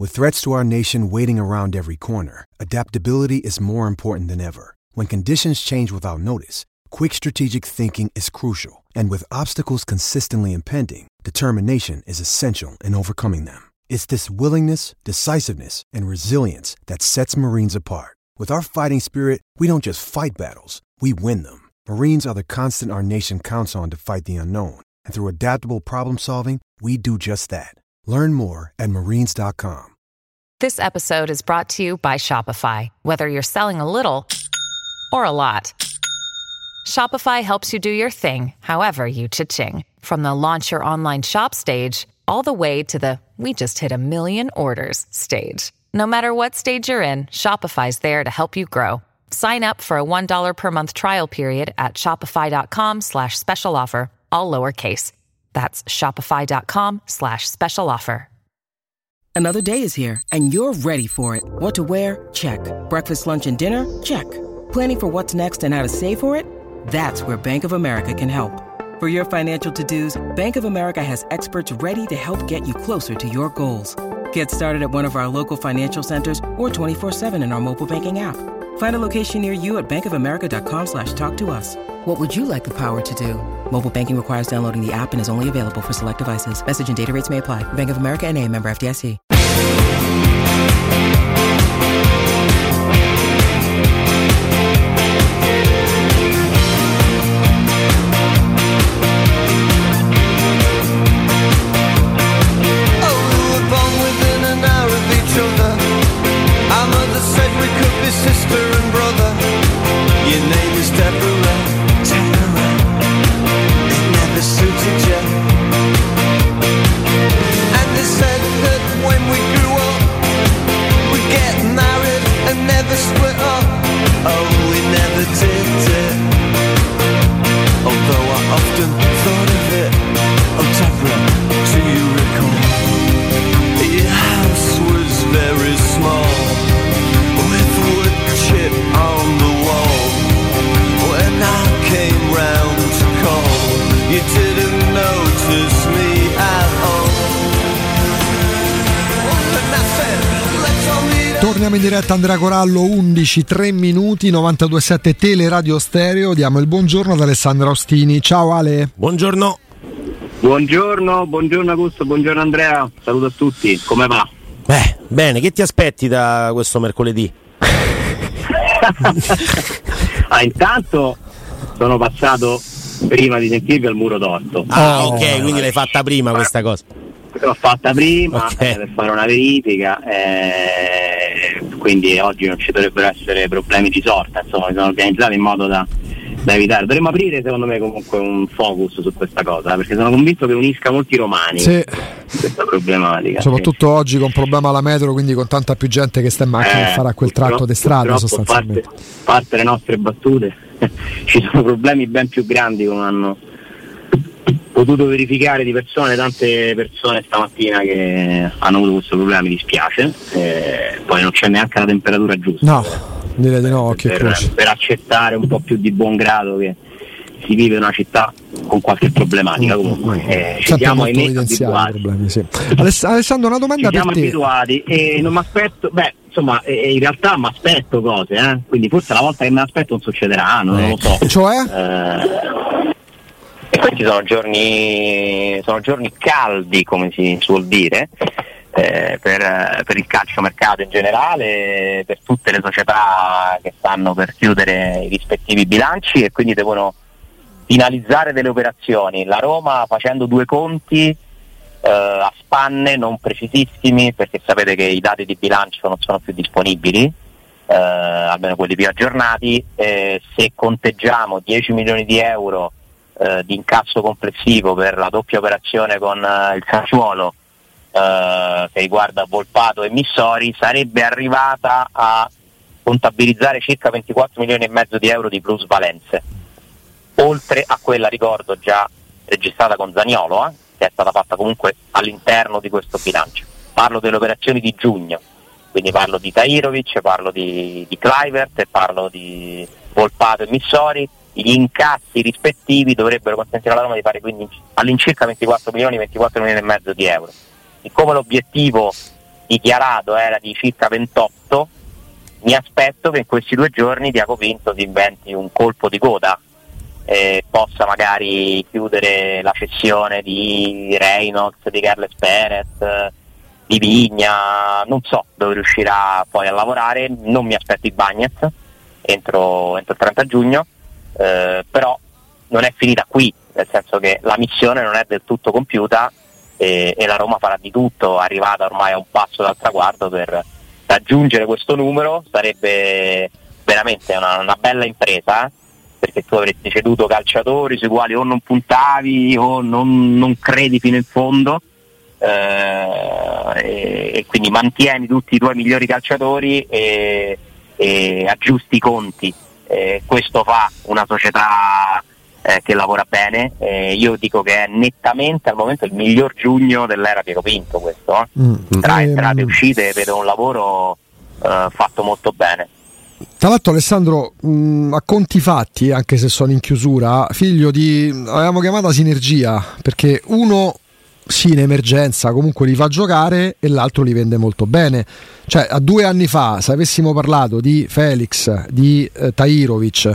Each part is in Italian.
With threats to our nation waiting around every corner, adaptability is more important than ever. When conditions change without notice, quick strategic thinking is crucial. And with obstacles consistently impending, determination is essential in overcoming them. It's this willingness, decisiveness, and resilience that sets Marines apart. With our fighting spirit, we don't just fight battles, we win them. Marines are the constant our nation counts on to fight the unknown. And through adaptable problem solving, we do just that. Learn more at marines.com. This episode is brought to you by Shopify. Whether you're selling a little or a lot, Shopify helps you do your thing, however you cha-ching. From the launch your online shop stage, all the way to the we just hit 1 million orders stage. No matter what stage you're in, Shopify's there to help you grow. Sign up for a $1 per month trial period at shopify.com/special offer, all lowercase. That's shopify.com/special offer. Another day is here, and you're ready for it. What to wear? Check. Breakfast, lunch, and dinner? Check. Planning for what's next and how to save for it? That's where Bank of America can help. For your financial to-dos, Bank of America has experts ready to help get you closer to your goals. Get started at one of our local financial centers or 24/7 in our mobile banking app. Find a location near you at bankofamerica.com/talktous. What would you like the power to do? Mobile banking requires downloading the app and is only available for select devices. Message and data rates may apply. Bank of America N.A., member FDIC. Sister and brother, your name is Deborah. It never suited you. And they said that when we grew up, we'd get married and never split up. Oh, we never did it. Although I often thought of it. Oh, Deborah, do you recall? Your house was very small, chip on the wall. When I came round to call, you didn't notice me at all. And I said, let's all meet up. Torniamo in diretta, Andrea Corallo, 11, 3 minuti, 92.7 Teleradio Stereo. Diamo il buongiorno ad Alessandro Ostini. Ciao Ale. Buongiorno. Buongiorno Augusto, buongiorno Andrea. Saluto a tutti, come va? Bene, che ti aspetti da questo mercoledì? Intanto sono passato prima di sentirvi al muro torto. Ok, quindi l'hai fatta prima questa cosa. L'ho fatta prima, okay, per fare una verifica, quindi oggi non ci dovrebbero essere problemi di sorta, insomma mi sono organizzato in modo da evitare. Dovremmo aprire secondo me comunque un focus su questa cosa, perché sono convinto che unisca molti romani, sì, questa problematica. Soprattutto sì, oggi con problema alla metro, quindi con tanta più gente che sta in macchina a fare a quel tratto di strada sostanzialmente. Parte le nostre battute, ci sono problemi ben più grandi come hanno potuto verificare di persone, tante persone stamattina che hanno avuto questo problema, mi dispiace, poi non c'è neanche la temperatura giusta. No. Direi di no, per accettare un po' più di buon grado che si vive in una città con qualche problematica. Comunque ci siamo abituati. Problemi, sì. Alessandro, una domanda ci per siamo te. Abituati e non mi aspetto, in realtà mi aspetto cose, quindi forse la volta che me l'aspetto non succederà, non lo so. Cioè? E questi sono giorni caldi, come si suol dire. Per il calciomercato in generale, per tutte le società che stanno per chiudere i rispettivi bilanci e quindi devono finalizzare delle operazioni. La Roma facendo 2 conti a spanne non precisissimi, perché sapete che i dati di bilancio non sono più disponibili, almeno quelli più aggiornati. Se conteggiamo 10 milioni di euro di incasso complessivo per la doppia operazione con il Sassuolo, che riguarda Volpato e Missori, sarebbe arrivata a contabilizzare circa 24 milioni e mezzo di euro di plusvalenze, oltre a quella, ricordo, già registrata con Zaniolo, che è stata fatta comunque all'interno di questo bilancio. Parlo delle operazioni di giugno, quindi parlo di Tahirovic, parlo di Kluivert e parlo di Volpato e Missori. Gli incassi rispettivi dovrebbero consentire alla Roma di fare quindi all'incirca 24 milioni e mezzo di euro. Siccome l'obiettivo dichiarato era di circa 28, mi aspetto che in questi 2 giorni Tiago Pinto si inventi un colpo di coda e possa magari chiudere la cessione di Reynolds, di Carles Perez, di Vigna, non so dove riuscirà poi a lavorare. Non mi aspetto i Bagnez entro il 30 giugno, però non è finita qui, nel senso che la missione non è del tutto compiuta e la Roma farà di tutto, arrivata ormai a un passo dal traguardo, per raggiungere questo numero. Sarebbe veramente una bella impresa, perché tu avresti ceduto calciatori sui quali o non puntavi o non credi fino in fondo, e quindi mantieni tutti i tuoi migliori calciatori e aggiusti i conti. Questo fa una società che lavora bene. Io dico che è nettamente al momento il miglior giugno dell'era Piero Pinto, questo tra entrate e uscite vedo un lavoro fatto molto bene. Tra l'altro, Alessandro, a conti fatti, anche se sono in chiusura, figlio di, avevamo chiamata sinergia, perché uno sì in emergenza comunque li fa giocare e l'altro li vende molto bene. Cioè, a 2 anni fa, se avessimo parlato di Felix, di Tahirovic,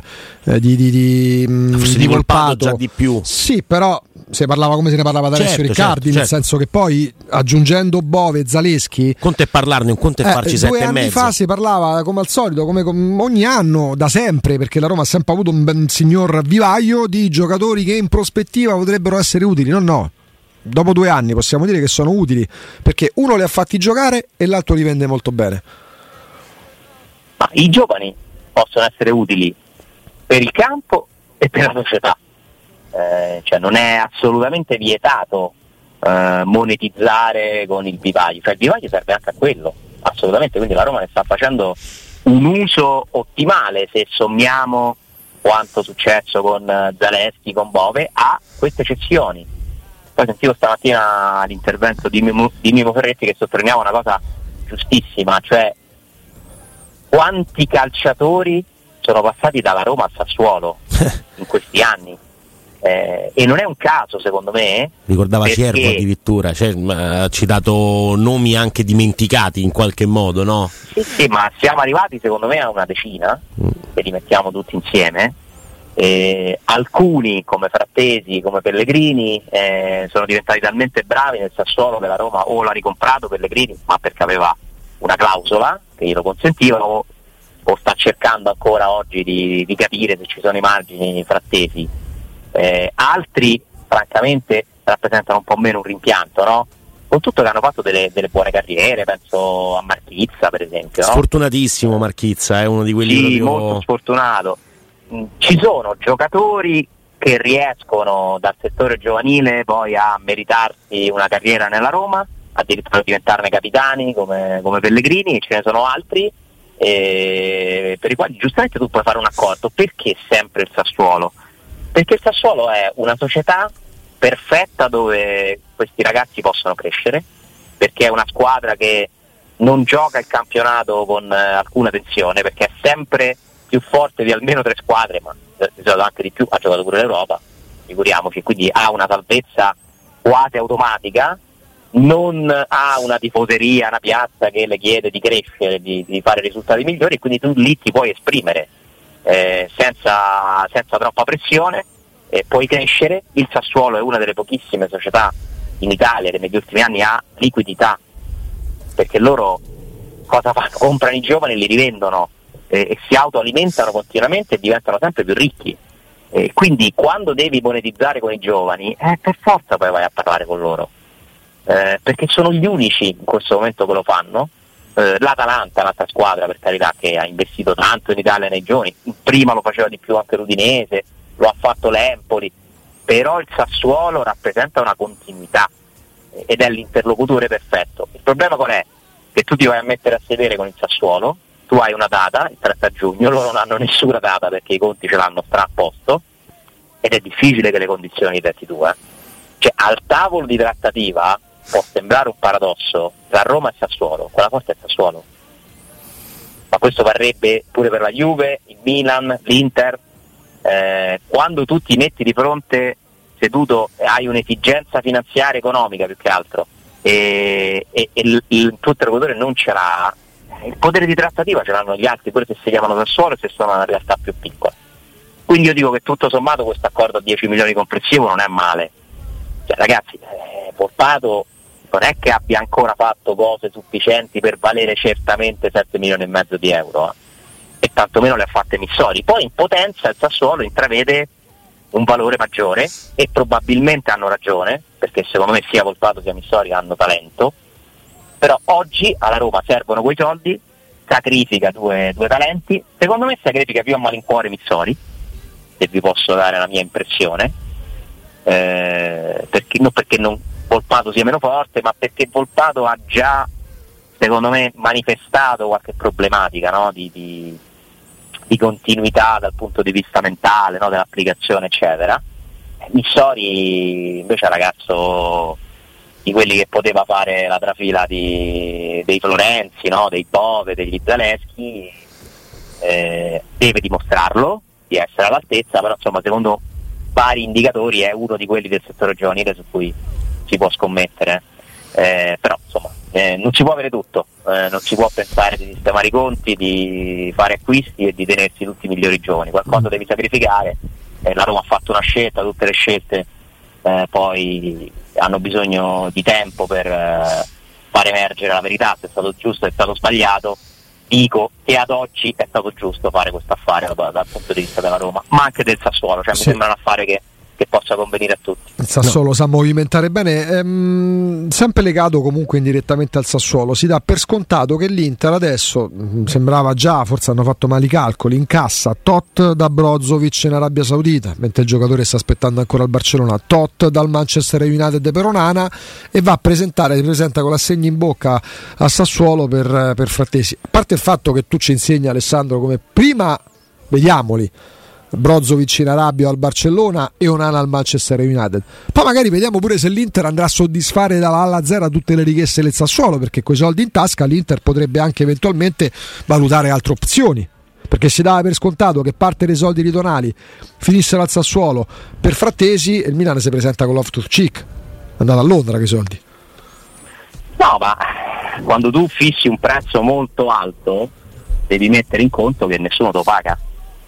di Volpato, già di più. Sì, però se parlava come se ne parlava da Alessio Riccardi, nel senso che poi aggiungendo Bove e Zaleschi, conto è parlarne, un conto è farci 7 e mezzo. 2 anni fa si parlava come al solito, come ogni anno da sempre, perché la Roma ha sempre avuto un signor vivaio di giocatori che in prospettiva potrebbero essere utili. No, dopo 2 anni possiamo dire che sono utili, perché uno li ha fatti giocare e l'altro li vende molto bene. Ma i giovani possono essere utili per il campo e per la società. Cioè non è assolutamente vietato monetizzare con il vivaio, cioè il vivaio serve anche a quello, assolutamente, quindi la Roma ne sta facendo un uso ottimale, se sommiamo quanto successo con Zaleschi, con Bove, a queste cessioni. Poi sentivo stamattina l'intervento di Mimo Ferretti che sottolineava una cosa giustissima, cioè quanti calciatori sono passati dalla Roma al Sassuolo in questi anni. E non è un caso, secondo me. Ricordava Ciervo addirittura, ha citato nomi anche dimenticati in qualche modo, no? Sì, ma siamo arrivati secondo me a una decina, se li mettiamo tutti insieme. Alcuni come Frattesi, come Pellegrini sono diventati talmente bravi nel Sassuolo che la Roma o l'ha ricomprato Pellegrini, ma perché aveva una clausola che glielo consentiva, o sta cercando ancora oggi di capire se ci sono i margini Frattesi. Altri francamente rappresentano un po' meno un rimpianto, no? Con tutto che hanno fatto delle buone carriere, penso a Marchizza per esempio, no? Sfortunatissimo Marchizza, è uno di quelli proprio... molto sfortunato. Ci sono giocatori che riescono dal settore giovanile poi a meritarsi una carriera nella Roma, addirittura diventarne capitani come Pellegrini, e ce ne sono altri per i quali giustamente tu puoi fare un accordo. Perché sempre il Sassuolo? Perché il Sassuolo è una società perfetta dove questi ragazzi possono crescere, perché è una squadra che non gioca il campionato con alcuna tensione, perché è sempre più forte di almeno 3 squadre, ma anche di più, ha giocato pure l'Europa, figuriamoci, quindi ha una salvezza quasi automatica, non ha una tifoseria, una piazza che le chiede di crescere, di fare risultati migliori, e quindi tu lì ti puoi esprimere senza troppa pressione, puoi crescere. Il Sassuolo è una delle pochissime società in Italia che negli ultimi anni ha liquidità, perché loro cosa fanno? Comprano i giovani e li rivendono e si autoalimentano continuamente e diventano sempre più ricchi, quindi quando devi monetizzare con i giovani per forza poi vai a parlare con loro, perché sono gli unici in questo momento che lo fanno. L'Atalanta, un'altra squadra per carità che ha investito tanto in Italia nei giovani, prima lo faceva di più anche l'Udinese, lo ha fatto l'Empoli, però il Sassuolo rappresenta una continuità ed è l'interlocutore perfetto. Il problema qual è? Che tu ti vai a mettere a sedere con il Sassuolo, tu hai una data, il 30 giugno, loro non hanno nessuna data perché i conti ce l'hanno a posto ed è difficile che le condizioni detti tu. Cioè al tavolo di trattativa può sembrare un paradosso tra Roma e Sassuolo, quella forza è Sassuolo, ma questo varrebbe pure per la Juve, il Milan, l'Inter. Quando tu ti metti di fronte seduto, hai un'esigenza finanziaria economica più che altro, e il tuo interlocutore non ce l'ha, il potere di trattativa ce l'hanno gli altri, pure se si chiamano Sassuolo e se sono una realtà più piccola. Quindi io dico che tutto sommato questo accordo a 10 milioni complessivo non è male. Cioè, ragazzi, Volpato non è che abbia ancora fatto cose sufficienti per valere certamente 7 milioni e mezzo di euro, e tantomeno le ha fatte Missori. Poi in potenza il Sassuolo intravede un valore maggiore, e probabilmente hanno ragione, perché secondo me sia Volpato sia Missori hanno talento, però oggi alla Roma servono quei soldi, sacrifica due talenti, secondo me sacrifica più a malincuore Missori, se vi posso dare la mia impressione, perché non Volpato sia meno forte, ma perché Volpato ha già, secondo me, manifestato qualche problematica, no? di continuità dal punto di vista mentale, no? Dell'applicazione eccetera. Missori invece è un ragazzo di quelli che poteva fare la trafila dei Florenzi, no? Dei Bove, degli Zaleschi, deve dimostrarlo di essere all'altezza, però insomma secondo vari indicatori è uno di quelli del settore giovanile su cui si può scommettere, però insomma non si può avere tutto, non si può pensare di sistemare i conti, di fare acquisti e di tenersi tutti i migliori giovani, qualcosa devi sacrificare. La Roma ha fatto una scelta, tutte le scelte poi hanno bisogno di tempo per far emergere la verità, se è stato giusto, è stato sbagliato. Dico che ad oggi è stato giusto fare questo affare dal punto di vista della Roma, ma anche del Sassuolo, cioè sì. Mi sembra un affare che possa convenire a tutti. Il Sassuolo sa movimentare bene, sempre legato comunque indirettamente al Sassuolo. Si dà per scontato che l'Inter adesso, sembrava già, forse hanno fatto male i calcoli, incassa tot da Brozovic in Arabia Saudita, mentre il giocatore sta aspettando ancora il Barcellona, tot dal Manchester United per Onana, e va a presenta con l'assegno in bocca a Sassuolo per Frattesi. A parte il fatto che tu ci insegni, Alessandro, come prima, vediamoli, Brozovic in Arabia o al Barcellona e Onana al Manchester United, poi magari vediamo pure se l'Inter andrà a soddisfare dalla A alla Z tutte le richieste del Sassuolo, perché coi soldi in tasca l'Inter potrebbe anche eventualmente valutare altre opzioni, perché si dava per scontato che parte dei soldi ritornali finissero al Sassuolo per Frattesi e il Milan si presenta con Loftus-Cheek, è andato a Londra con i soldi. No, ma quando tu fissi un prezzo molto alto devi mettere in conto che nessuno te lo paga,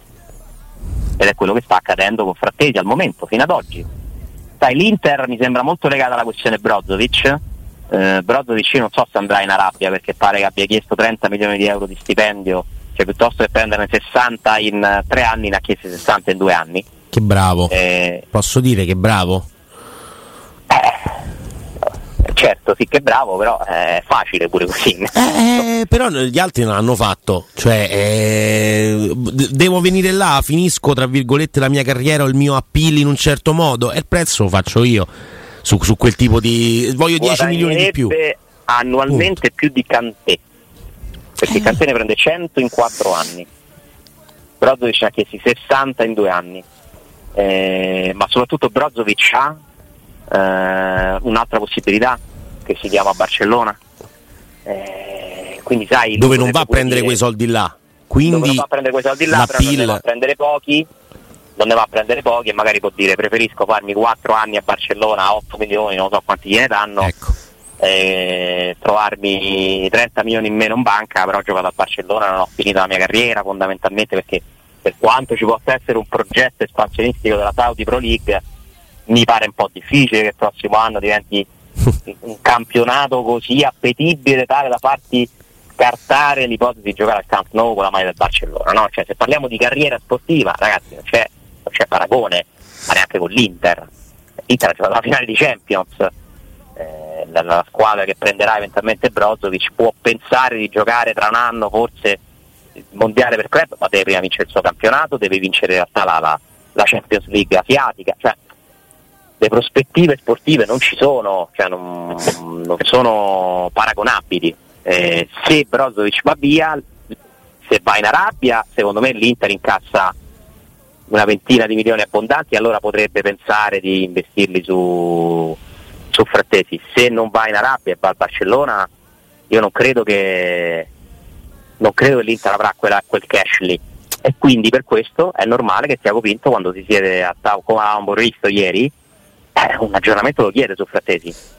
ed è quello che sta accadendo con Frattesi al momento, fino ad oggi. Sai, l'Inter mi sembra molto legata alla questione Brozovic. Brozovic non so se andrà in Arabia, perché pare che abbia chiesto 30 milioni di euro di stipendio, cioè piuttosto che prenderne 60 in 3 anni ne ha chiesti 60 in 2 anni. Che bravo, posso dire che bravo? Certo, sì, che bravo, però è facile pure così. Però gli altri non l'hanno fatto, cioè devo venire là, finisco tra virgolette la mia carriera o il mio appeal in un certo modo, e il prezzo lo faccio io su quel tipo di, voglio 10 milioni di più annualmente. Punto. Più di Kanté, perché Kanté ne prende 100 in 4 anni, Brozovic ha chiesti 60 in 2 anni, ma soprattutto Brozovic ha un'altra possibilità che si chiama Barcellona, quindi sai dove non va a prendere quei soldi là, quindi non va a prendere quei soldi là, però non ne va a prendere pochi, e magari può dire preferisco farmi 4 anni a Barcellona a 8 milioni, non so quanti gliene danno, ecco. Trovarmi 30 milioni in meno in banca, però ho giocato a Barcellona, non ho finito la mia carriera fondamentalmente, perché per quanto ci possa essere un progetto espansionistico della Saudi Pro League, mi pare un po' difficile che il prossimo anno diventi un campionato così appetibile tale da farti scartare l'ipotesi di giocare al Camp Nou con la maglia del Barcellona, no? Cioè, se parliamo di carriera sportiva, ragazzi, non c'è paragone, ma neanche con l'Inter. L'Inter ha giocato la finale di Champions, la squadra che prenderà eventualmente Brozovic può pensare di giocare tra un anno forse il mondiale per club, ma deve prima vincere il suo campionato, deve vincere in realtà la Champions League asiatica, cioè le prospettive sportive non ci sono, cioè non sono paragonabili. Se Brozovic va via, se va in Arabia, secondo me l'Inter incassa una ventina di milioni abbondanti, allora potrebbe pensare di investirli su Frattesi. Se non va in Arabia e va al Barcellona, io non credo che l'Inter avrà quel cash lì, e quindi per questo è normale che Tiago Pinto, quando si siede a tavola, come avevamo visto ieri, un aggiornamento lo chiede su Frattesi,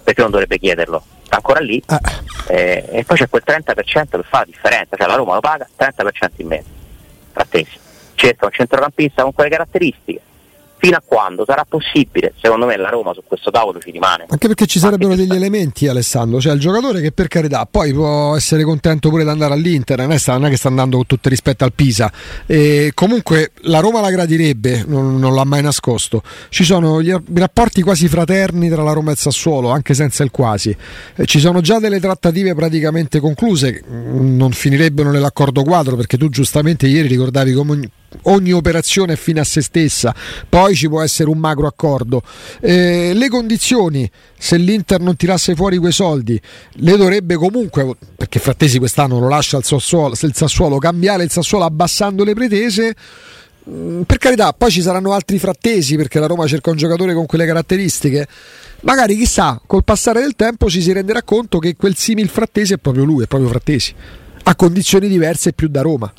perché non dovrebbe chiederlo, sta ancora lì, e poi c'è quel 30% che fa la differenza, cioè la Roma lo paga 30% in meno, Frattesi, cerca un centrocampista con quelle caratteristiche. Fino a quando sarà possibile? Secondo me la Roma su questo tavolo ci rimane. Anche perché ci sarebbero degli elementi, Alessandro, cioè il giocatore che, per carità, poi può essere contento pure di andare all'Inter, non è che sta andando con tutto rispetto al Pisa, e comunque la Roma la gradirebbe, non l'ha mai nascosto. Ci sono i rapporti quasi fraterni tra la Roma e il Sassuolo, anche senza il quasi, ci sono già delle trattative praticamente concluse, non finirebbero nell'accordo quadro, perché tu giustamente ieri ricordavi come ogni operazione è fine a se stessa, poi ci può essere un macro accordo, le condizioni, se l'Inter non tirasse fuori quei soldi, le dovrebbe comunque, perché Frattesi quest'anno lo lascia il Sassuolo, cambiare il Sassuolo abbassando le pretese. Per carità, poi ci saranno altri Frattesi, perché la Roma cerca un giocatore con quelle caratteristiche, magari chissà, col passare del tempo ci si renderà conto che quel simil Frattesi è proprio lui, è proprio Frattesi, a condizioni diverse e più da Roma.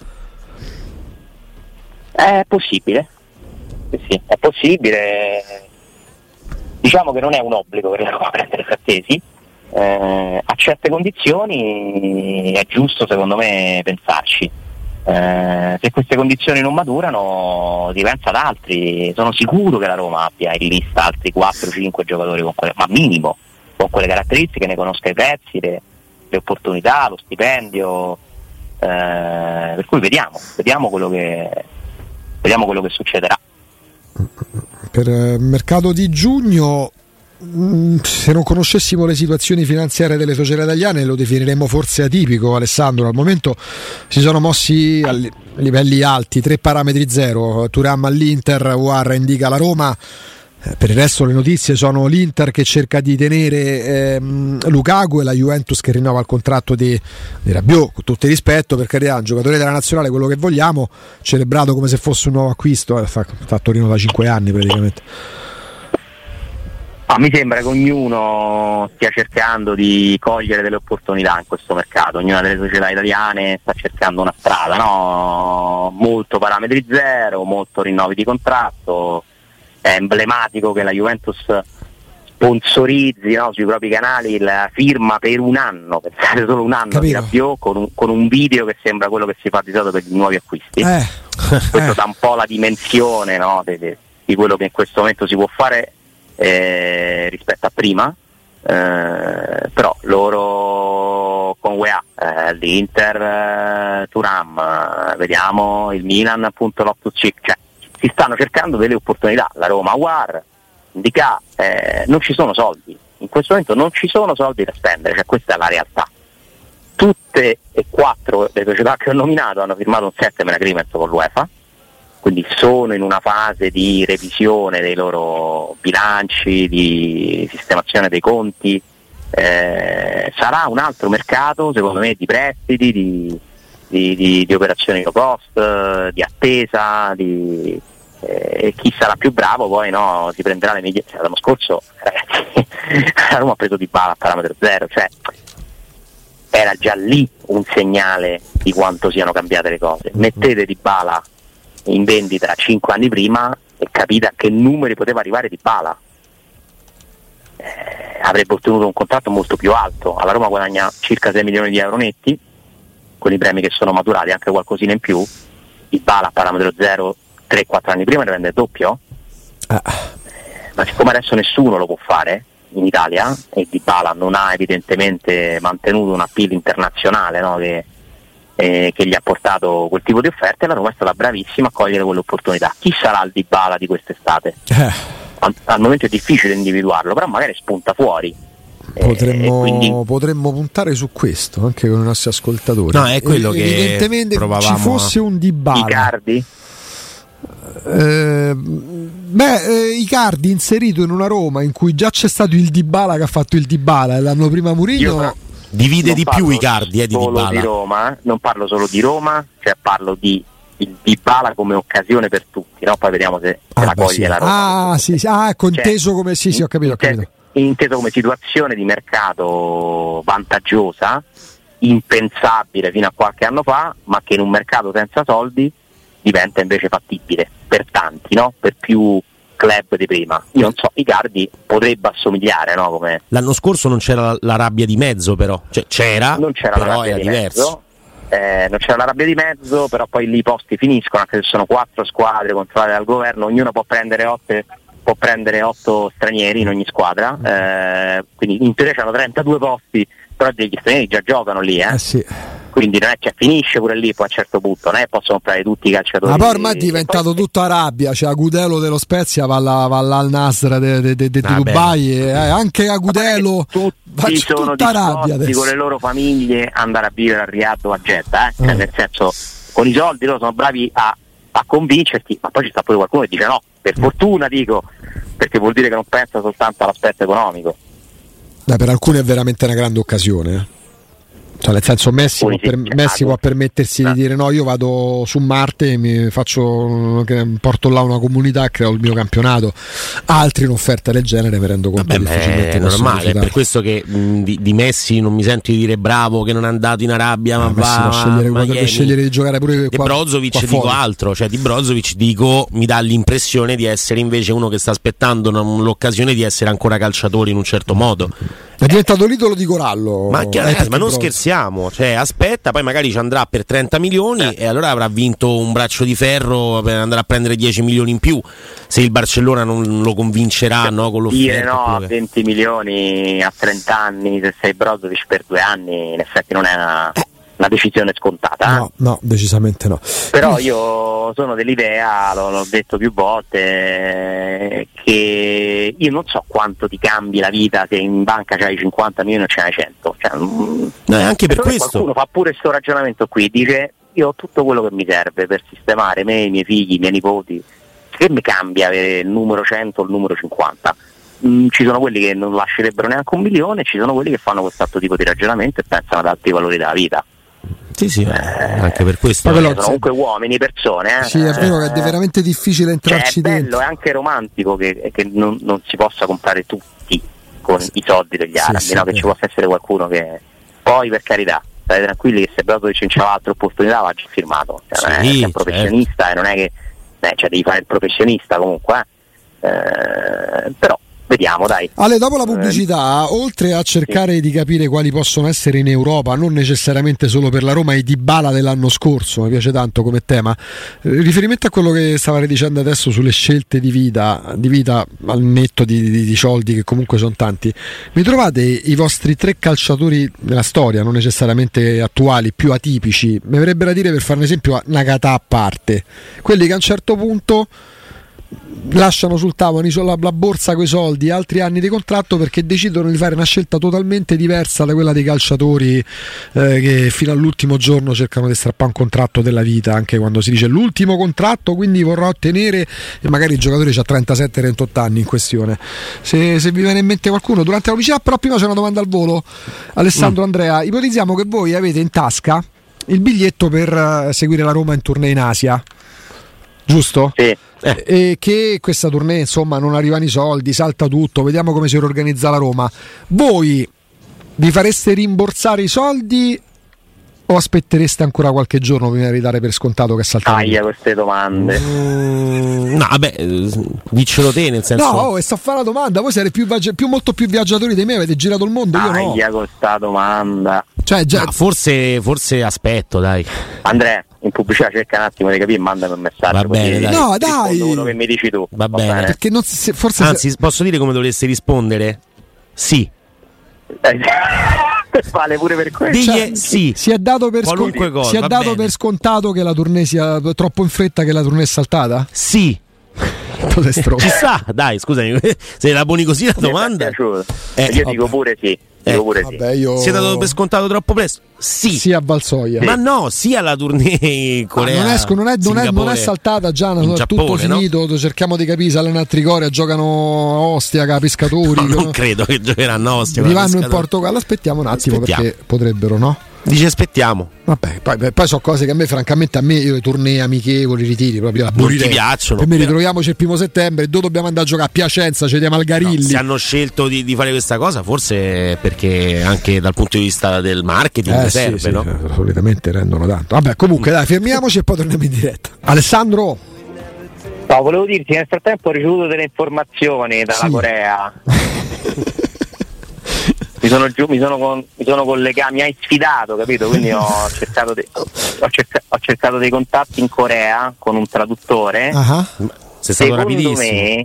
È possibile, sì, è possibile. Diciamo che non è un obbligo per la Roma prendere Frattesi, a certe condizioni è giusto secondo me pensarci. Se queste condizioni non maturano diventa da altri. Sono sicuro che la Roma abbia in lista altri 4-5 giocatori con quelle, ma minimo, con quelle caratteristiche, ne conosca i prezzi, le opportunità, lo stipendio, per cui vediamo quello che succederà. Per mercato di giugno, se non conoscessimo le situazioni finanziarie delle società italiane lo definiremmo forse atipico, Alessandro. Al momento si sono mossi a livelli alti, 3 parametri zero, Thuram all'Inter, War indica la Roma. Per il resto le notizie sono l'Inter che cerca di tenere Lukaku e la Juventus che rinnova il contratto di Rabiot, con tutto il rispetto, per carità, un giocatore della nazionale, quello che vogliamo, celebrato come se fosse un nuovo acquisto, sta a Torino da 5 anni praticamente. Mi sembra che ognuno stia cercando di cogliere delle opportunità in questo mercato, ognuna delle società italiane sta cercando una strada, no? Molto parametri zero, molto rinnovi di contratto. È emblematico che la Juventus sponsorizzi, no, sui propri canali la firma per un anno, pensate solo un anno, di Rabiot, con un video che sembra quello che si fa di solito per i nuovi acquisti. Questo dà un po' la dimensione, no, di quello che in questo momento si può fare rispetto a prima, però loro con UEA, l'Inter, Thuram, vediamo il Milan appunto Loftus-Cheek, cioè si stanno cercando delle opportunità. La Roma, War, Indica, non ci sono soldi, in questo momento non ci sono soldi da spendere, cioè questa è la realtà. Tutte e 4 le società che ho nominato hanno firmato un settlement agreement con l'UEFA, quindi sono in una fase di revisione dei loro bilanci, di sistemazione dei conti. Sarà un altro mercato secondo me di prestiti, di operazioni low cost, di attesa, e chi sarà più bravo poi no, si prenderà le migliaia. L'anno scorso ragazzi, la Roma ha preso Dybala a parametro zero, cioè era già lì un segnale di quanto siano cambiate le cose. Mettete Dybala in vendita 5 anni prima e capite a che numeri poteva arrivare Dybala. Avrebbe ottenuto un contratto molto più alto. Alla Roma guadagna circa 6 milioni di euro netti con i premi che sono maturati, anche qualcosina in più. Dybala a parametro zero 3-4 anni prima ne vende il doppio, ma siccome adesso nessuno lo può fare in Italia e Dybala non ha evidentemente mantenuto un appeal internazionale, no, che gli ha portato quel tipo di offerte, la Roma è stata bravissima a cogliere quell'opportunità. Chi sarà il Dybala di quest'estate? Al momento è difficile individuarlo, però magari spunta fuori. Potremmo puntare su questo anche con i nostri ascoltatori. No, è quello che evidentemente provavamo. Ci fosse un Dybala, Icardi? Icardi inserito in una Roma in cui già c'è stato il Dybala che ha fatto il Dybala e l'anno prima Mourinho divide di più Icardi di Dybala. Di Roma, non parlo solo di Roma, cioè parlo di il Dybala come occasione per tutti, no? Poi vediamo se la coglie la Roma. Inteso come ho capito. Inteso come situazione di mercato vantaggiosa, impensabile fino a qualche anno fa, ma che in un mercato senza soldi diventa invece fattibile per tanti, no? Per più club di prima. Io non so, Icardi potrebbe assomigliare, no? Come l'anno scorso non c'era la rabbia di mezzo, però non c'era però la rabbia era di diverso. non c'era la rabbia di mezzo, però poi lì i posti finiscono, anche se sono 4 squadre controllate dal governo, ognuno può prendere 8 stranieri in ogni squadra, quindi in teoria c'hanno 32 posti, però degli stranieri già giocano lì, sì. Quindi non è che finisce pure lì poi a un certo punto, non è che possono comprare tutti i calciatori. Ma poi ormai è diventato tutto Arabia, cioè Agudelo dello Spezia va al Nasr di Dubai, e anche Agudelo tutti sono disposti con le loro famiglie andare a vivere a Riyadh o a Jeddah, cioè, nel senso, con i soldi loro sono bravi a convincerti, ma poi ci sta pure qualcuno che dice no, per fortuna dico, perché vuol dire che non pensa soltanto all'aspetto economico. Per alcuni è veramente una grande occasione. Cioè, nel senso, Messi può permettersi di dire no, io vado su Marte, porto là una comunità e creo il mio campionato. Altri un'offerta del genere mi rendo conto difficilmente è normale, è per questo che di Messi non mi sento di dire bravo che non è andato in Arabia, ma potrebbe scegliere di giocare pure Di Brozovic dico altro, cioè di Brozovic dico mi dà l'impressione di essere invece uno che sta aspettando l'occasione di essere ancora calciatore in un certo modo. È diventato l'idolo di Corallo. Ma non scherziamo, cioè aspetta, poi magari ci andrà per 30 milioni e allora avrà vinto un braccio di ferro per andare a prendere 10 milioni in più, se il Barcellona non lo convincerà, no, con l'offerta. Dire no a 20 milioni a 30 anni se sei Brozovic per 2 anni in effetti non è una decisione scontata. No, decisamente no. Però io sono dell'idea, l'ho detto più volte, che io non so quanto ti cambi la vita se in banca c'hai 50 milioni o ce n'hai 100. Cioè, anche per questo qualcuno fa pure questo ragionamento qui, dice io ho tutto quello che mi serve per sistemare me, i miei figli, i miei nipoti, che mi cambia avere il numero 100 o il numero 50? Ci sono quelli che non lascerebbero neanche 1 milione, ci sono quelli che fanno questo tipo di ragionamento e pensano ad altri valori della vita. Sì, anche per questo sono comunque uomini, persone. Sì, è vero che è veramente difficile entrarci dentro. È bello, è anche romantico che non si possa comprare tutti con i soldi degli arabi, che ci possa essere qualcuno che poi, per carità, state tranquilli che se proprio ci c'è altre opportunità va già firmato, è un professionista, e non è che devi fare il professionista comunque, però vediamo, dai. Ale, dopo la pubblicità, oltre a cercare di capire quali possono essere in Europa, non necessariamente solo per la Roma, i Dybala dell'anno scorso, mi piace tanto come tema, riferimento a quello che stavate dicendo adesso sulle scelte di vita al netto di soldi, che comunque sono tanti, mi trovate i vostri 3 calciatori della storia, non necessariamente attuali, più atipici, mi verrebbe da dire, per fare un esempio, Nakata a parte, quelli che a un certo punto lasciano sul tavolo la borsa coi soldi, altri anni di contratto, perché decidono di fare una scelta totalmente diversa da quella dei calciatori che fino all'ultimo giorno cercano di strappare un contratto della vita, anche quando si dice l'ultimo contratto, quindi vorrà ottenere, e magari il giocatore ha 37-38 anni in questione. Se vi viene in mente qualcuno durante la pubblicità. Però prima c'è una domanda al volo, Alessandro, Andrea, ipotizziamo che voi avete in tasca il biglietto per seguire la Roma in tournée in Asia, giusto? Sì. E che questa tournée, insomma, non arrivano i soldi, salta tutto, vediamo come si riorganizza la Roma. Voi vi fareste rimborsare i soldi o aspettereste ancora qualche giorno prima di dare per scontato che è saltato? Queste domande. No, vabbè, diccelo te, nel senso. No, sto a fare la domanda. Voi siete molto più viaggiatori di me, avete girato il mondo, io no. Questa domanda. Cioè, già... no, forse aspetto, dai. Andrea, in pubblicità cerca un attimo di capire, mandami un messaggio. Va bene, dai. No, dai. Quello che mi dici tu. Va bene. Perché non forse anzi, posso dire come dovreste rispondere? Sì. Vale pure per questo. Digli sì. Si è dato per qualunque cosa. Si è dato per scontato che la tournée sia troppo in fretta, che la tournée è saltata? Sì. Ci sta, dai, scusami, se la poni così la domanda. Io dico pure sì. Vabbè, si è dato per scontato troppo presto? Sì. A Valsoia. Ma no, sia la tournée Corea. Non è saltata già, è tutto finito. No? Cerchiamo di capire se allenano a Trigoria, giocano a Ostia, pescatori. Non credo che giocheranno a Ostia. Vanno in Portogallo, aspettiamo un attimo, perché potrebbero, no? Dice aspettiamo. Vabbè, poi sono cose che francamente io le tournée amichevoli, ritiri proprio la non ti piacciono. Per me ritroviamoci il 1 settembre, dove dobbiamo andare a giocare a Piacenza, cediamo al Garilli. No, se hanno scelto di fare questa cosa, forse perché anche dal punto di vista del marketing serve, no? Solitamente rendono tanto. Vabbè, comunque dai, fermiamoci e poi torniamo in diretta. Alessandro? No, volevo dirti, nel frattempo ho ricevuto delle informazioni dalla Corea. Mi sono collegato, mi hai sfidato, capito? Quindi ho cercato dei contatti in Corea con un traduttore. Sei stato rapidissimo. Me,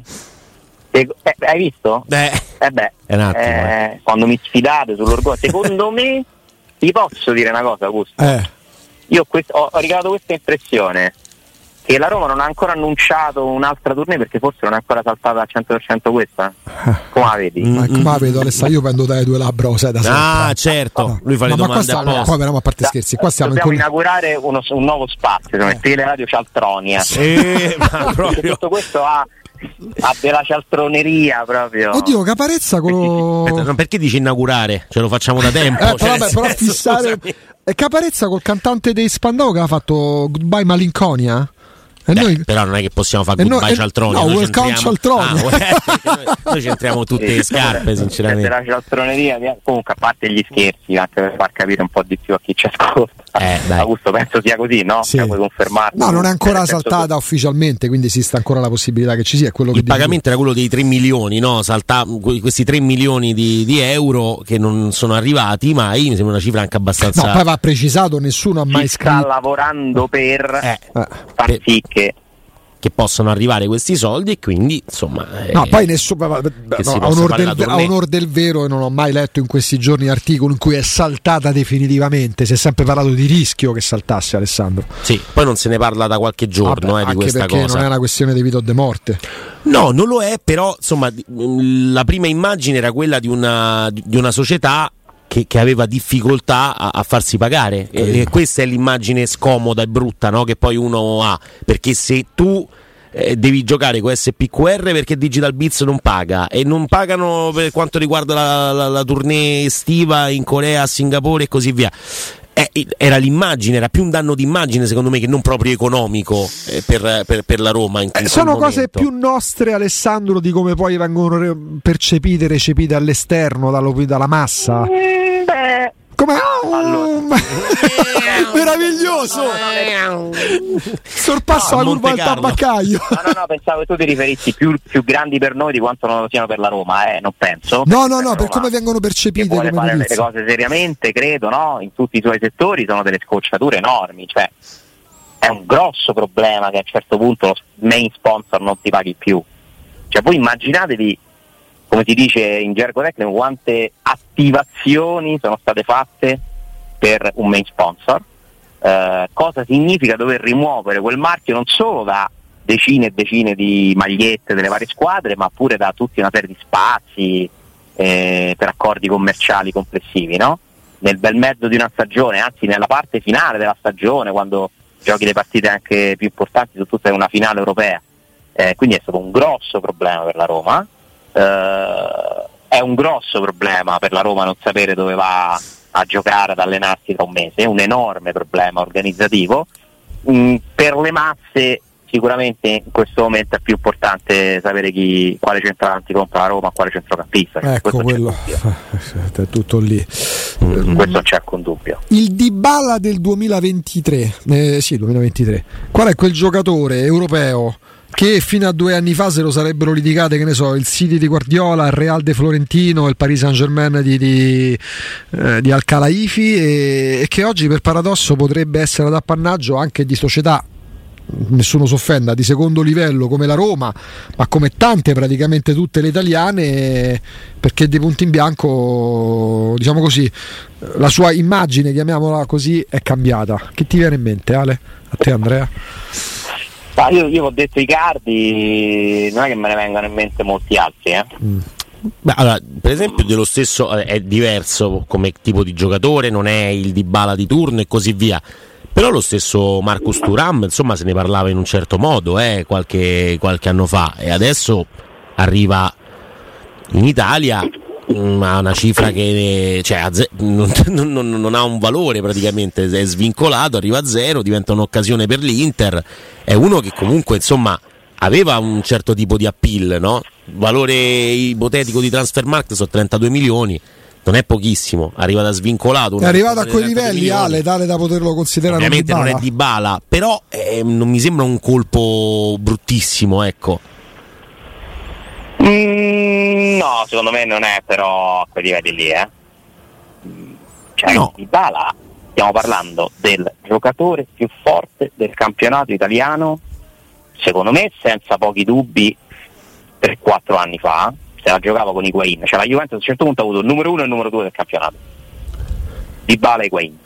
hai visto? È un attimo. Quando mi sfidate sull'orgoglio, secondo me, ti posso dire una cosa, Augusto? Io ho ricavato questa impressione, che la Roma non ha ancora annunciato un'altra tournée perché forse non è ancora saltata al 100% questa. Come la vedi? Come la vedo, Alessandro? Io prendo dalle tue labbra, sai, da sempre. Certo, lui fa le domande apposta. Poi però, a parte scherzi, qua stiamo dobbiamo inaugurare un nuovo spazio, Teleradio Cialtronia. Ma proprio tutto questo ha della cialtroneria proprio. Oddio, Caparezza perché dici inaugurare? Ce lo facciamo da tempo. Però fissare. E Caparezza col cantante dei Spandau che ha fatto Goodbye Malinconia? Però non è che possiamo fare Goodbye Cialtronia. No, welcome Cialtronia. Noi c'entriamo tutte le scarpe, sinceramente. La cialtroneria, comunque, a parte gli scherzi, anche per far capire un po' di più a chi ci ascolta. Augusto, penso sia così, no? Sì. Puoi confermarlo? No, non è ancora saltata ufficialmente, quindi esiste ancora la possibilità che ci sia. Quello il pagamento era quello dei 3 milioni, no? Questi 3 milioni di euro che non sono arrivati mai, mi sembra una cifra anche abbastanza. No, poi va precisato, nessuno ha mai scritto. Sta lavorando per far sì che possano arrivare questi soldi e quindi insomma poi nessuno a onor del vero, non ho mai letto in questi giorni articoli in cui è saltata definitivamente. Si è sempre parlato di rischio che saltasse, Alessandro. Sì, poi non se ne parla da qualche giorno di questa cosa. Anche perché non è una questione di vita o di morte. No, non lo è, però insomma la prima immagine era quella di una società che aveva difficoltà a farsi pagare, e questa è l'immagine scomoda e brutta, no? Che poi uno ha, perché se tu devi giocare con SPQR perché Digital Beats non paga e non pagano per quanto riguarda la tournée estiva in Corea, a Singapore e così via, era l'immagine, era più un danno d'immagine secondo me che non proprio economico per la Roma sono cose più nostre, Alessandro, di come poi vengono percepite, recepite all'esterno dalla massa. Come meraviglioso, sorpassa la curva al tabaccaio. No, pensavo che tu ti riferissi più grandi per noi di quanto non lo siano per la Roma, non penso. No, per come vengono percepite, vuole come fare le cose seriamente, credo, no? In tutti i suoi settori sono delle scocciature enormi, cioè è un grosso problema che a un certo punto lo main sponsor non ti paghi più. Cioè voi immaginatevi, come si dice in gergo tecnico, quante attivazioni sono state fatte per un main sponsor, cosa significa dover rimuovere quel marchio non solo da decine e decine di magliette delle varie squadre, ma pure da tutta una serie di spazi per accordi commerciali complessivi, no? Nel bel mezzo di una stagione, anzi nella parte finale della stagione, quando giochi le partite anche più importanti, soprattutto in una finale europea. Quindi è stato un grosso problema per la Roma. È un grosso problema per la Roma non sapere dove va a giocare, ad allenarsi tra un mese, è un enorme problema organizzativo. Per le masse sicuramente in questo momento è più importante sapere quale centravanti compra la Roma, quale centrocampista. Ecco, quello è tutto lì. Questo non c'è alcun dubbio. Il Dybala del 2023, 2023. Qual è quel giocatore europeo che fino a 2 anni fa se lo sarebbero litigate, che ne so, il City di Guardiola, il Real de Florentino, il Paris Saint-Germain di Al-Khelaifi, e che oggi per paradosso potrebbe essere ad appannaggio anche di società, nessuno si offenda, di secondo livello come la Roma, ma come tante, praticamente tutte le italiane, perché di punto in bianco, diciamo così, la sua immagine, chiamiamola così, è cambiata. Che ti viene in mente, Ale? A te, Andrea? Io ho detto Icardi, non è che me ne vengano in mente molti altri. Beh, allora, per esempio dello stesso è diverso come tipo di giocatore, non è il Dybala di turno e così via. Però lo stesso Marcus Thuram, insomma, se ne parlava in un certo modo qualche anno fa, e adesso arriva in Italia a una cifra che non ha un valore, praticamente è svincolato, arriva a zero, diventa un'occasione per l'Inter. È uno che comunque insomma aveva un certo tipo di appeal, no? Valore ipotetico di Transfermarkt sono 32 milioni, non è pochissimo, arriva da svincolato. È arrivato a quei livelli, Ale, tale da poterlo considerare. Ovviamente non è Dybala, però non mi sembra un colpo bruttissimo, ecco. No, secondo me non è però a quei livelli lì, Cioè, no. Dybala, stiamo parlando del giocatore più forte del campionato italiano, secondo me senza pochi dubbi, 3-4 anni fa, se la giocava con Higuain, cioè la Juventus a un certo punto ha avuto il numero 1 e il numero 2 del campionato, Dybala e Higuain.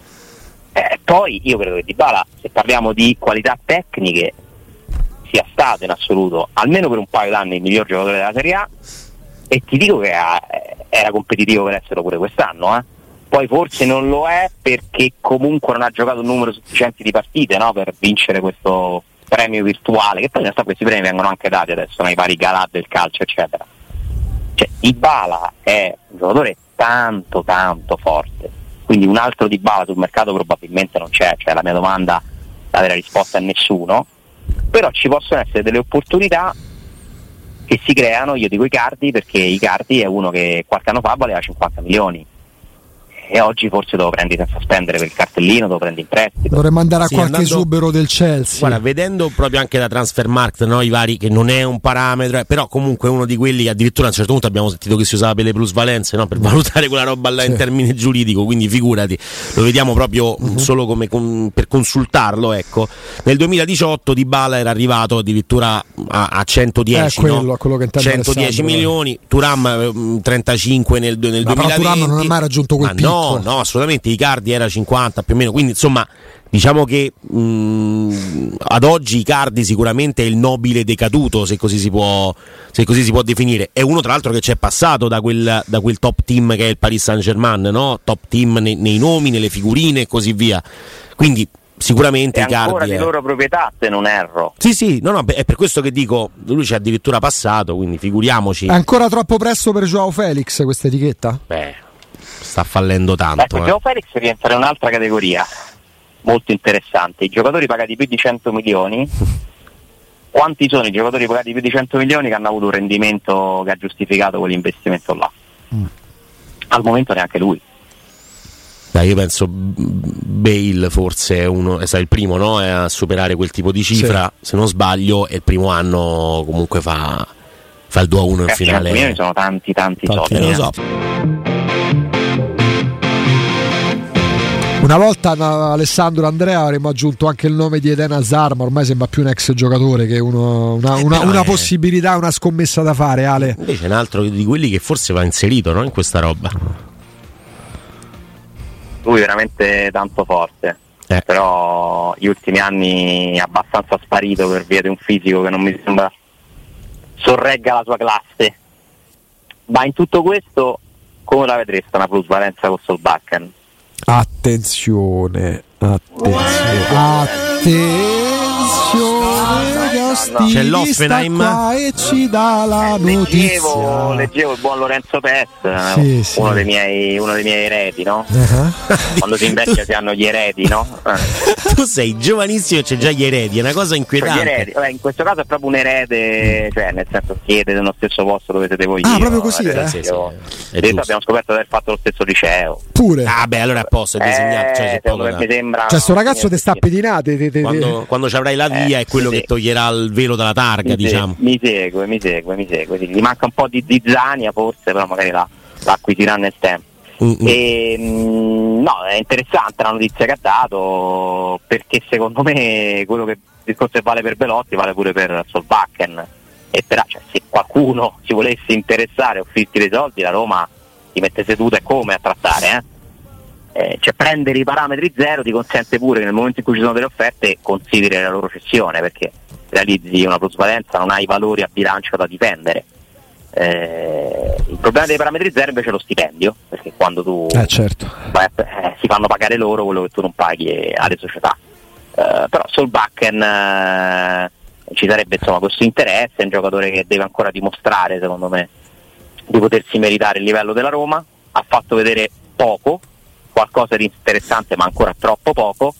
Poi io credo che Dybala, se parliamo di qualità tecniche, sia stato in assoluto, almeno per un paio d'anni, il miglior giocatore della Serie A, e ti dico che era competitivo per esserlo pure quest'anno, Poi forse non lo è perché comunque non ha giocato un numero sufficiente di partite, no, per vincere questo premio virtuale, che poi in realtà questi premi vengono anche dati adesso nei vari galà del calcio, eccetera. Cioè, Dybala è un giocatore tanto forte, quindi un altro Dybala sul mercato probabilmente non c'è, cioè la mia domanda, la vera risposta è nessuno, però ci possono essere delle opportunità che si creano. Io dico Icardi perché Icardi è uno che qualche anno fa valeva 50 milioni e oggi forse lo prendi senza spendere per il cartellino, lo prendi in prestito. Dovremmo andare a qualche esubero del Chelsea. Guarda, vedendo proprio anche da Transfermarkt, no, i vari, che non è un parametro, però comunque uno di quelli, addirittura a un certo punto abbiamo sentito che si usava per le plusvalenze, no, per valutare quella roba là in termini giuridico, quindi figurati, lo vediamo proprio solo come per consultarlo, ecco. Nel 2018 Dybala era arrivato addirittura a 110, quello che 110 milioni, Thuram 35 nel 2020. Però Thuram non ha mai raggiunto quel picco. No, assolutamente. Icardi era 50 più o meno, quindi insomma diciamo che ad oggi Icardi sicuramente è il nobile decaduto, se così si può definire. È uno tra l'altro che c'è passato da quel top team che è il Paris Saint-Germain, no? Top team nei nomi, nelle figurine e così via, quindi sicuramente è Icardi ancora di loro proprietà, se non erro. Sì, no, è per questo che dico, lui ci è addirittura passato, quindi figuriamoci. È ancora troppo presto per Joao Felix questa etichetta? Sta fallendo tanto. Ecco, Joao Felix rientra in un'altra categoria molto interessante, i giocatori pagati più di 100 milioni. Quanti sono i giocatori pagati più di 100 milioni che hanno avuto un rendimento che ha giustificato quell'investimento là? Al momento neanche lui. Dai, io penso Bale forse è il primo, no? È a superare quel tipo di cifra, sì. Se non sbaglio, e il primo anno comunque fa il 2-1 in finale. 100 milioni sono tanti soldi. Lo so. Una volta, Alessandro, Andrea, avremmo aggiunto anche il nome di Eden Hazard, ma ormai sembra più un ex giocatore che una possibilità, una scommessa da fare, Ale. Invece è un altro di quelli che forse va inserito, no, in questa roba. Lui veramente tanto forte, però gli ultimi anni è abbastanza sparito per via di un fisico che non mi sembra sorregga la sua classe. Ma in tutto questo, come la vedreste una plusvalenza con Solbakken? Attenzione, c'è l'Hoffenheim qua e ci dà la notizia. Leggevo il buon Lorenzo Pes, sì. Uno dei miei eredi, no? Quando si invecchia si hanno gli eredi, no? Tu sei giovanissimo e c'è già gli eredi, è una cosa inquietante. Gli eredi. Vabbè, in questo caso è proprio un erede, cioè nel senso siete nello stesso posto dove siete voi. Proprio così, Sì. Abbiamo scoperto di aver fatto lo stesso liceo. Pure. Beh, allora è a posto, è disegnato. Mi sembra. Cioè, sto ragazzo ti sta pedinate. Quando ci avrai la via è quello che toglierà il velo dalla targa, diciamo. Mi segue. Sì, gli manca un po' di zizzania forse, però magari la acquisirà nel tempo. No, è interessante la notizia che ha dato, perché secondo me quello che il discorso che vale per Belotti vale pure per Solbakken. E però, cioè, se qualcuno si volesse interessare, offrirti dei soldi, la Roma ti mette seduta e come a trattare, cioè prendere i parametri zero ti consente pure che nel momento in cui ci sono delle offerte consideri la loro cessione, perché realizzi una plusvalenza, non hai valori a bilancio da difendere. Il problema dei parametri zero invece è lo stipendio, perché quando tu certo. Si fanno pagare loro quello che tu non paghi alle società. Però Solbakken ci sarebbe insomma questo interesse, è un giocatore che deve ancora dimostrare, secondo me, di potersi meritare il livello della Roma. Ha fatto vedere poco, qualcosa di interessante ma ancora troppo poco,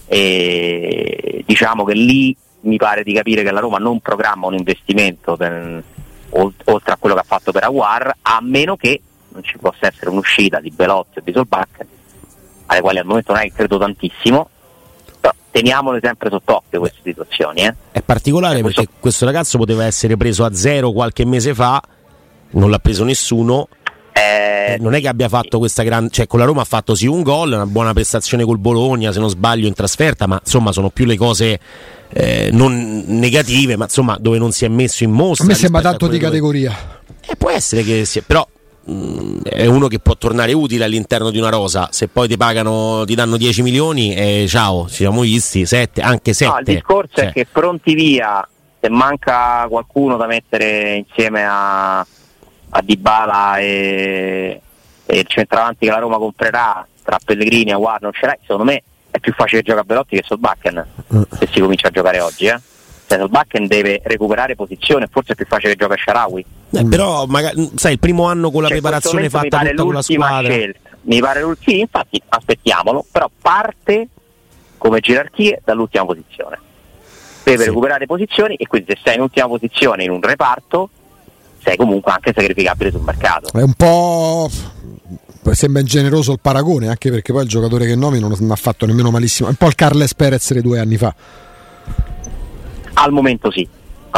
e diciamo che lì mi pare di capire che la Roma non programma un investimento oltre a quello che ha fatto per Aouar, a meno che non ci possa essere un'uscita di Belotti o di Solbakken, alle quali al momento non è che credo tantissimo, però teniamole sempre sott'occhio queste situazioni. È particolare perché questo ragazzo poteva essere preso a 0 qualche mese fa, non l'ha preso nessuno. Non è che abbia fatto questa grande, cioè con la Roma ha fatto sì un gol, una buona prestazione col Bologna se non sbaglio in trasferta, ma insomma sono più le cose non negative, ma insomma dove non si è messo in mostra. A me sembra tanto di categoria. Può essere che sia, però è uno che può tornare utile all'interno di una rosa. Se poi ti pagano, ti danno 10 milioni ciao, ci siamo visti, 7, anche 7. No, il discorso è che pronti via, se manca qualcuno da mettere insieme a Dybala e il centravanti che la Roma comprerà tra Pellegrini e Aouar non ce l'hai, secondo me è più facile giocare a Belotti che Solbakken se si comincia a giocare oggi. Solbakken deve recuperare posizione, forse è più facile che gioca a Shaarawy. Però magari, sai, il primo anno con la preparazione fatta tutta con la squadra scelta. Mi pare l'ultima, infatti aspettiamolo, però parte come gerarchie dall'ultima posizione, deve recuperare posizioni, e quindi se sei in ultima posizione in un reparto sei comunque anche sacrificabile sul mercato. È un po', sembra ingeneroso il paragone, anche perché poi il giocatore che nomino non ha fatto nemmeno malissimo, è un po' il Carles Perez dei 2 anni fa. Al momento sì,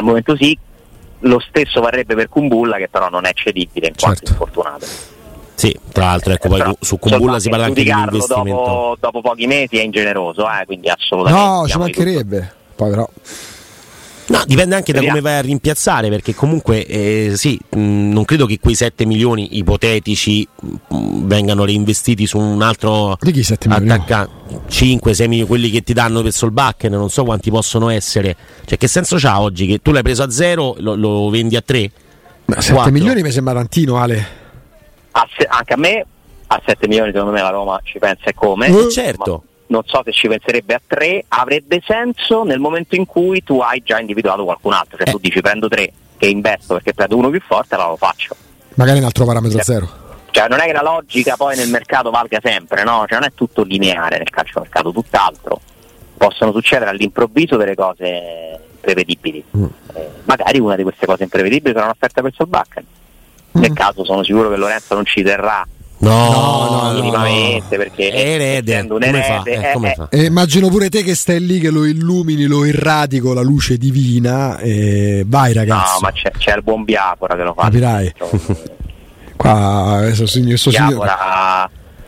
lo stesso varrebbe per Kumbulla, che però non è cedibile in quanto infortunato. Sì, tra l'altro ecco, poi su Kumbulla si parla anche di investimento. Dopo pochi mesi è ingeneroso, quindi assolutamente. No, ci mancherebbe. Poi però no, dipende anche da come vai a rimpiazzare, perché comunque non credo che quei 7 milioni ipotetici vengano reinvestiti su un altro attaccante. 5-6 milioni quelli che ti danno per Solbakken, non so quanti possono essere. Cioè, che senso c'ha oggi che tu l'hai preso a 0, lo vendi a 3? 7 milioni mi sembra tantino, Ale. Anche a me a 7 milioni secondo me la Roma ci pensa e come. Certo. Non so se ci penserebbe a 3, avrebbe senso nel momento in cui tu hai già individuato qualcun altro, cioè tu dici prendo 3 che investo perché prendo uno più forte, allora lo faccio. Magari un altro parametro 0. Cioè non è che la logica poi nel mercato valga sempre, no? Cioè non è tutto lineare nel calciomercato, tutt'altro. Possono succedere all'improvviso delle cose imprevedibili. Magari una di queste cose imprevedibili sarà un'offerta per Solbakken. Nel caso sono sicuro che Lorenzo non ci terrà. No, minimamente, perché essendo un erede come fa? Immagino pure te che stai lì, che lo illumini, lo irradi con la luce divina e vai ragazzi. No, ma c'è il buon Biafora che lo fa. Capirai. Qua Biafora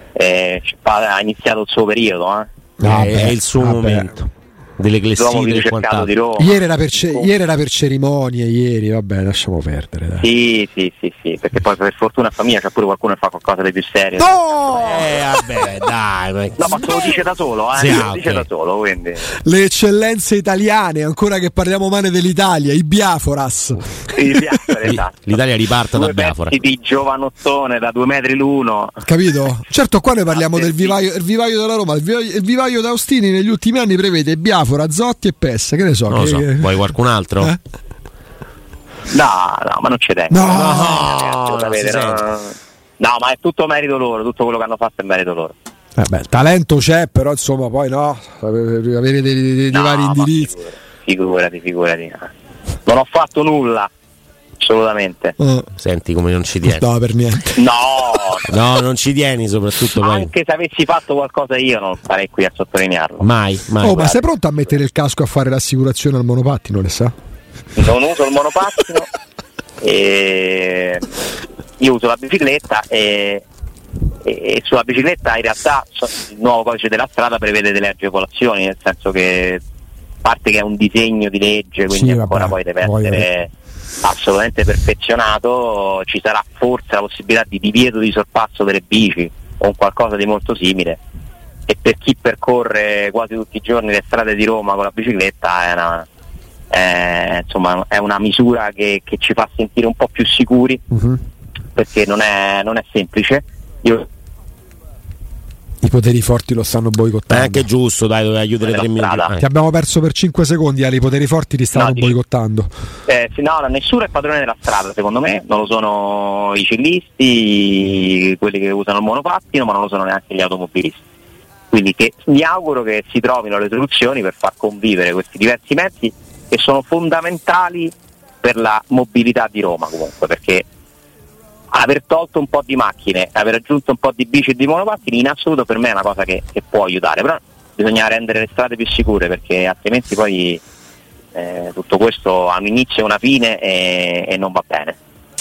ha iniziato il suo periodo, è il suo momento delle clessidre e quant'altro. Di Roma. Ieri era per cerimonie, vabbè, lasciamo perdere, dai. Sì, perché poi per fortuna a famiglia c'è pure qualcuno che fa qualcosa di più serio. No! Vabbè, dai. No, ma se lo dice da solo, dice da solo, quindi. Le eccellenze italiane, ancora che parliamo male dell'Italia, i Biaforas. Esatto. L'Italia riparta da 2 Biafora. pezzi di giovanottone da 2 metri l'uno. Capito? Certo, qua noi parliamo del vivaio della Roma. Il vivaio d'Austini negli ultimi anni prevede Biafora, Zotti e Pes, che ne so. Non lo so. Vuoi qualcun altro? No, ma non c'è tempo. No, ma è tutto merito loro, tutto quello che hanno fatto è merito loro. Il talento c'è, però insomma poi no, avere dei vari indirizzi. Figurati. Non ho fatto nulla, assolutamente. Senti come non ci tieni. No, per niente. No, non ci tieni, soprattutto anche se avessi fatto qualcosa io non starei qui a sottolinearlo. Mai. Ma sei pronto a mettere il casco a fare l'assicurazione al monopattino, le sa? Non uso il monopattino, io uso la bicicletta e sulla bicicletta in realtà il nuovo codice della strada prevede delle agevolazioni, nel senso che a parte che è un disegno di legge, quindi ancora poi deve essere assolutamente perfezionato, ci sarà forse la possibilità di divieto di sorpasso delle bici o un qualcosa di molto simile, e per chi percorre quasi tutti i giorni le strade di Roma con la bicicletta è una misura che ci fa sentire un po' più sicuri, perché non è semplice. I poteri forti lo stanno boicottando. È anche giusto, dai, doveva chiudere 3 minuti. Ti abbiamo perso per 5 secondi, i poteri forti ti stanno boicottando. Nessuno è padrone della strada, secondo me. Non lo sono i ciclisti, quelli che usano il monopattino, ma non lo sono neanche gli automobilisti. Quindi mi auguro che si trovino le soluzioni per far convivere questi diversi mezzi, che sono fondamentali per la mobilità di Roma comunque, perché aver tolto un po' di macchine, aver aggiunto un po' di bici e di monopattini in assoluto per me è una cosa che può aiutare, però bisogna rendere le strade più sicure, perché altrimenti poi tutto questo ha un inizio e una fine e non va bene.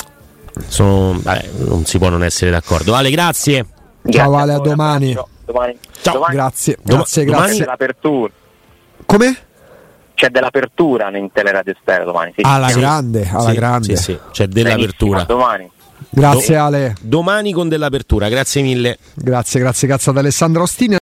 Non si può non essere d'accordo. Ale, grazie. Ciao Ale, a domani. Ciao. Domani. Grazie. Domani c'è l'apertura. Come? C'è dell'apertura in Teleradio Stereo domani. Sì. Alla grande. Sì, c'è dell'apertura. Domani. Grazie Ale. Domani con dell'apertura, grazie mille. Grazie ad Alessandro Ostini.